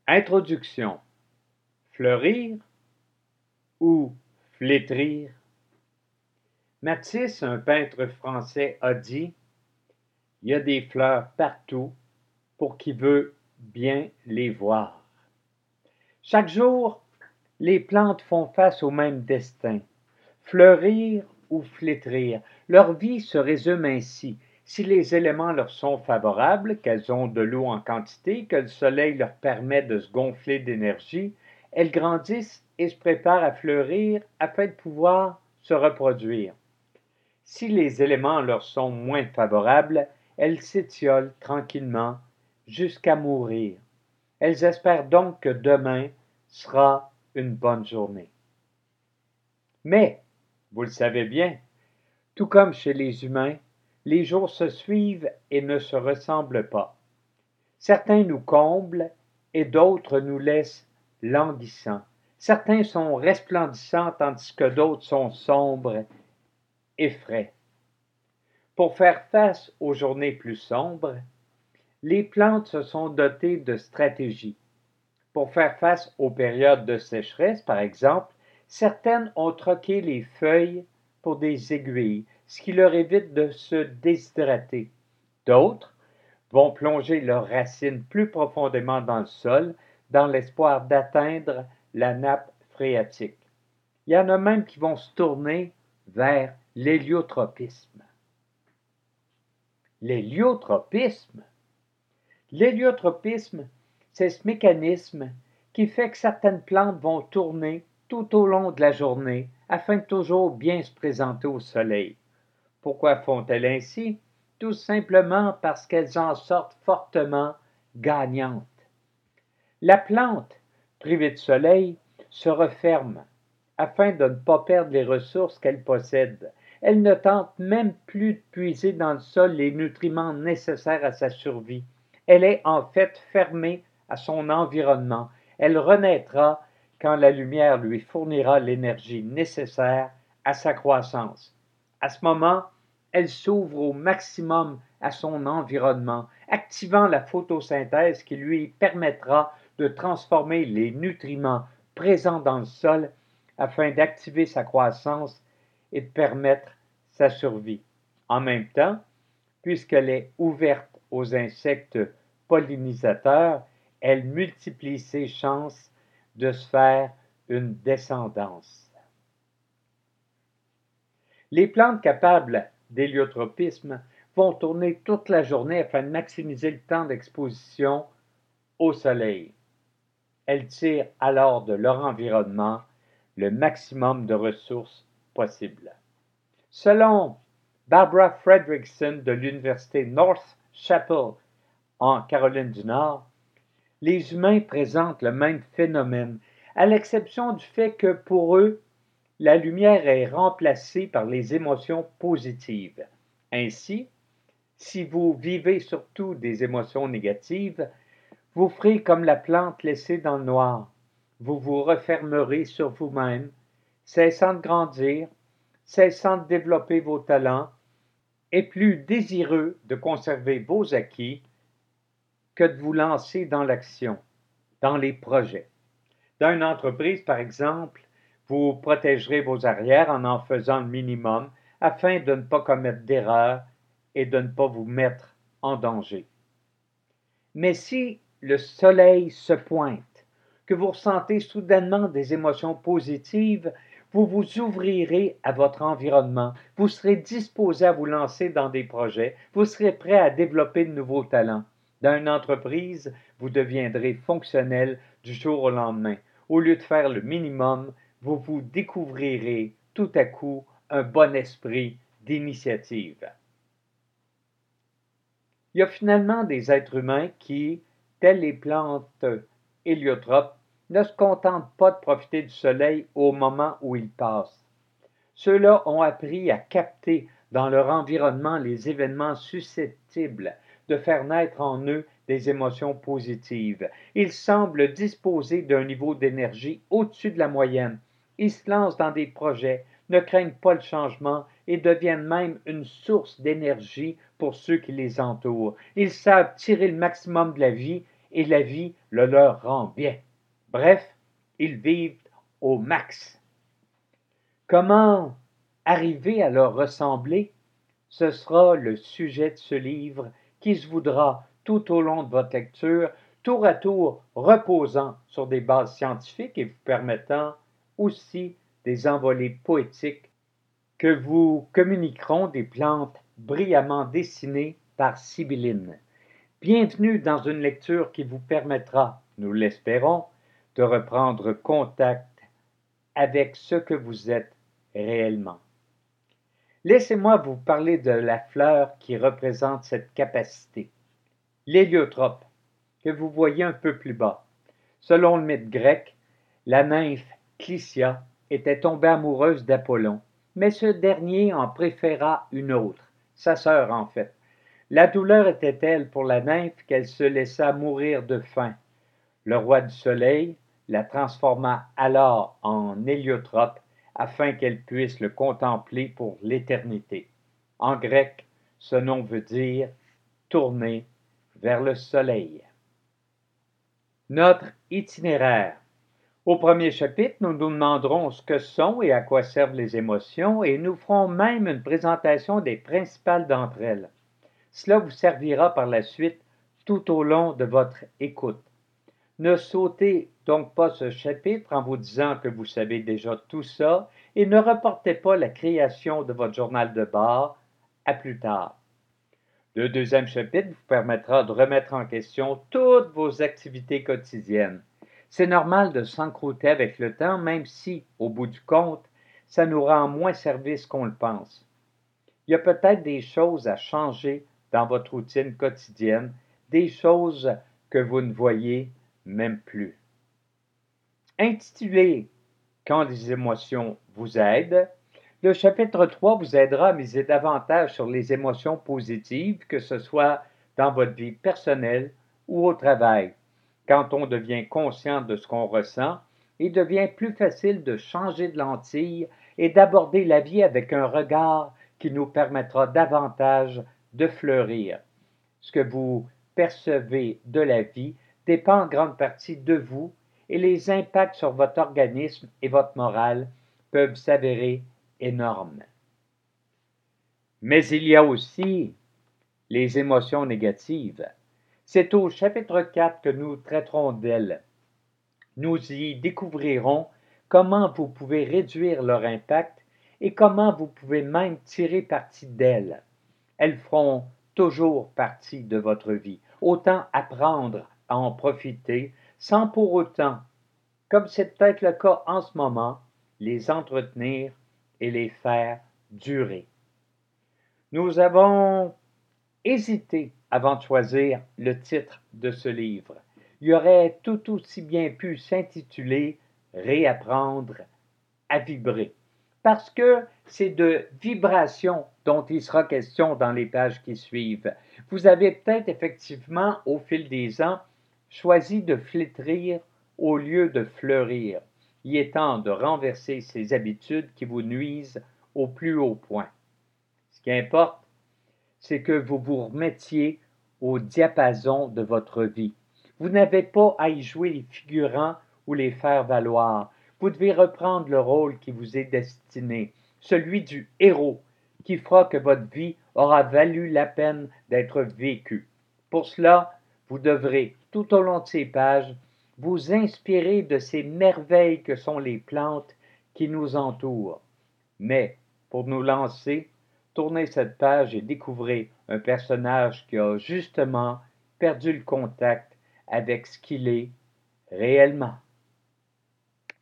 Introduction. Fleurir ou flétrir? Matisse, un peintre français, a dit « Il y a des fleurs partout pour qui veut bien les voir ». Chaque jour, les plantes font face au même destin. Fleurir ou flétrir, leur vie se résume ainsi. Si les éléments leur sont favorables, qu'elles ont de l'eau en quantité, que le soleil leur permet de se gonfler d'énergie, elles grandissent et se préparent à fleurir afin de pouvoir se reproduire. Si les éléments leur sont moins favorables, elles s'étiolent tranquillement jusqu'à mourir. Elles espèrent donc que demain sera une bonne journée. Mais, vous le savez bien, tout comme chez les humains, les jours se suivent et ne se ressemblent pas. Certains nous comblent et d'autres nous laissent languissants. Certains sont resplendissants tandis que d'autres sont sombres et frais. Pour faire face aux journées plus sombres, les plantes se sont dotées de stratégies. Pour faire face aux périodes de sécheresse, par exemple, certaines ont troqué les feuilles pour des aiguilles, ce qui leur évite de se déshydrater. D'autres vont plonger leurs racines plus profondément dans le sol dans l'espoir d'atteindre la nappe phréatique. Il y en a même qui vont se tourner vers l'héliotropisme. L'héliotropisme? L'héliotropisme, c'est ce mécanisme qui fait que certaines plantes vont tourner tout au long de la journée afin de toujours bien se présenter au soleil. Pourquoi font-elles ainsi? Tout simplement parce qu'elles en sortent fortement gagnantes. La plante, privée de soleil, se referme afin de ne pas perdre les ressources qu'elle possède. Elle ne tente même plus de puiser dans le sol les nutriments nécessaires à sa survie. Elle est en fait fermée à son environnement. Elle renaîtra quand la lumière lui fournira l'énergie nécessaire à sa croissance. À ce moment, elle s'ouvre au maximum à son environnement, activant la photosynthèse qui lui permettra de transformer les nutriments présents dans le sol afin d'activer sa croissance et de permettre sa survie. En même temps, puisqu'elle est ouverte aux insectes pollinisateurs, elle multiplie ses chances de se faire une descendance. Les plantes capables d'héliotropisme vont tourner toute la journée afin de maximiser le temps d'exposition au soleil. Elles tirent alors de leur environnement le maximum de ressources possibles. Selon Barbara Fredrickson de l'Université North Chapel en Caroline du Nord, les humains présentent le même phénomène, à l'exception du fait que pour eux, la lumière est remplacée par les émotions positives. Ainsi, si vous vivez surtout des émotions négatives, vous ferez comme la plante laissée dans le noir. Vous vous refermerez sur vous-même, cessant de grandir, cessant de développer vos talents, et plus désireux de conserver vos acquis que de vous lancer dans l'action, dans les projets. Dans une entreprise, par exemple, vous protégerez vos arrières en faisant le minimum afin de ne pas commettre d'erreurs et de ne pas vous mettre en danger. Mais si le soleil se pointe, que vous ressentez soudainement des émotions positives, vous vous ouvrirez à votre environnement, vous serez disposé à vous lancer dans des projets, vous serez prêt à développer de nouveaux talents. Dans une entreprise, vous deviendrez fonctionnel du jour au lendemain. Au lieu de faire le minimum, vous vous découvrirez tout à coup un bon esprit d'initiative. Il y a finalement des êtres humains qui, tels les plantes héliotropes, ne se contentent pas de profiter du soleil au moment où il passe. Ceux-là ont appris à capter dans leur environnement les événements susceptibles de faire naître en eux des émotions positives. Ils semblent disposer d'un niveau d'énergie au-dessus de la moyenne. Ils se lancent dans des projets, ne craignent pas le changement et deviennent même une source d'énergie pour ceux qui les entourent. Ils savent tirer le maximum de la vie et la vie le leur rend bien. Bref, ils vivent au max. Comment arriver à leur ressembler? Ce sera le sujet de ce livre qui se voudra tout au long de votre lecture, tour à tour reposant sur des bases scientifiques et vous permettant aussi des envolées poétiques que vous communiqueront des plantes brillamment dessinées par Sibylline. Bienvenue dans une lecture qui vous permettra, nous l'espérons, de reprendre contact avec ce que vous êtes réellement. Laissez-moi vous parler de la fleur qui représente cette capacité, l'héliotrope, que vous voyez un peu plus bas. Selon le mythe grec, la nymphe Clycia était tombée amoureuse d'Apollon, mais ce dernier en préféra une autre, sa sœur en fait. La douleur était telle pour la nymphe qu'elle se laissa mourir de faim. Le roi du soleil la transforma alors en héliotrope afin qu'elle puisse le contempler pour l'éternité. En grec, ce nom veut dire tourner vers le soleil. Notre itinéraire. Au premier chapitre, nous nous demanderons ce que sont et à quoi servent les émotions et nous ferons même une présentation des principales d'entre elles. Cela vous servira par la suite tout au long de votre écoute. Ne sautez donc pas ce chapitre en vous disant que vous savez déjà tout ça et ne reportez pas la création de votre journal de bord à plus tard. Le deuxième chapitre vous permettra de remettre en question toutes vos activités quotidiennes. C'est normal de s'encrouter avec le temps, même si, au bout du compte, ça nous rend moins service qu'on le pense. Il y a peut-être des choses à changer dans votre routine quotidienne, des choses que vous ne voyez même plus. Intitulé Quand les émotions vous aident, le chapitre 3 vous aidera à miser davantage sur les émotions positives, que ce soit dans votre vie personnelle ou au travail. Quand on devient conscient de ce qu'on ressent, il devient plus facile de changer de lentille et d'aborder la vie avec un regard qui nous permettra davantage de fleurir. Ce que vous percevez de la vie dépend en grande partie de vous et les impacts sur votre organisme et votre morale peuvent s'avérer énormes. Mais il y a aussi les émotions négatives. C'est au chapitre 4 que nous traiterons d'elles. Nous y découvrirons comment vous pouvez réduire leur impact et comment vous pouvez même tirer parti d'elles. Elles feront toujours partie de votre vie. Autant apprendre à en profiter sans pour autant, comme c'est peut-être le cas en ce moment, les entretenir et les faire durer. Nous avons hésité avant de choisir le titre de ce livre. Il aurait tout aussi bien pu s'intituler Réapprendre à vibrer, parce que c'est de vibration dont il sera question dans les pages qui suivent. Vous avez peut-être effectivement, au fil des ans, choisi de flétrir au lieu de fleurir. Il est temps de renverser ces habitudes qui vous nuisent au plus haut point. Ce qui importe, c'est que vous vous remettiez au diapason de votre vie. Vous n'avez pas à y jouer les figurants ou les faire valoir. Vous devez reprendre le rôle qui vous est destiné, celui du héros, qui fera que votre vie aura valu la peine d'être vécue. Pour cela, vous devrez, tout au long de ces pages, vous inspirer de ces merveilles que sont les plantes qui nous entourent. Mais, pour nous lancer, tournez cette page et découvrez un personnage qui a justement perdu le contact avec ce qu'il est réellement.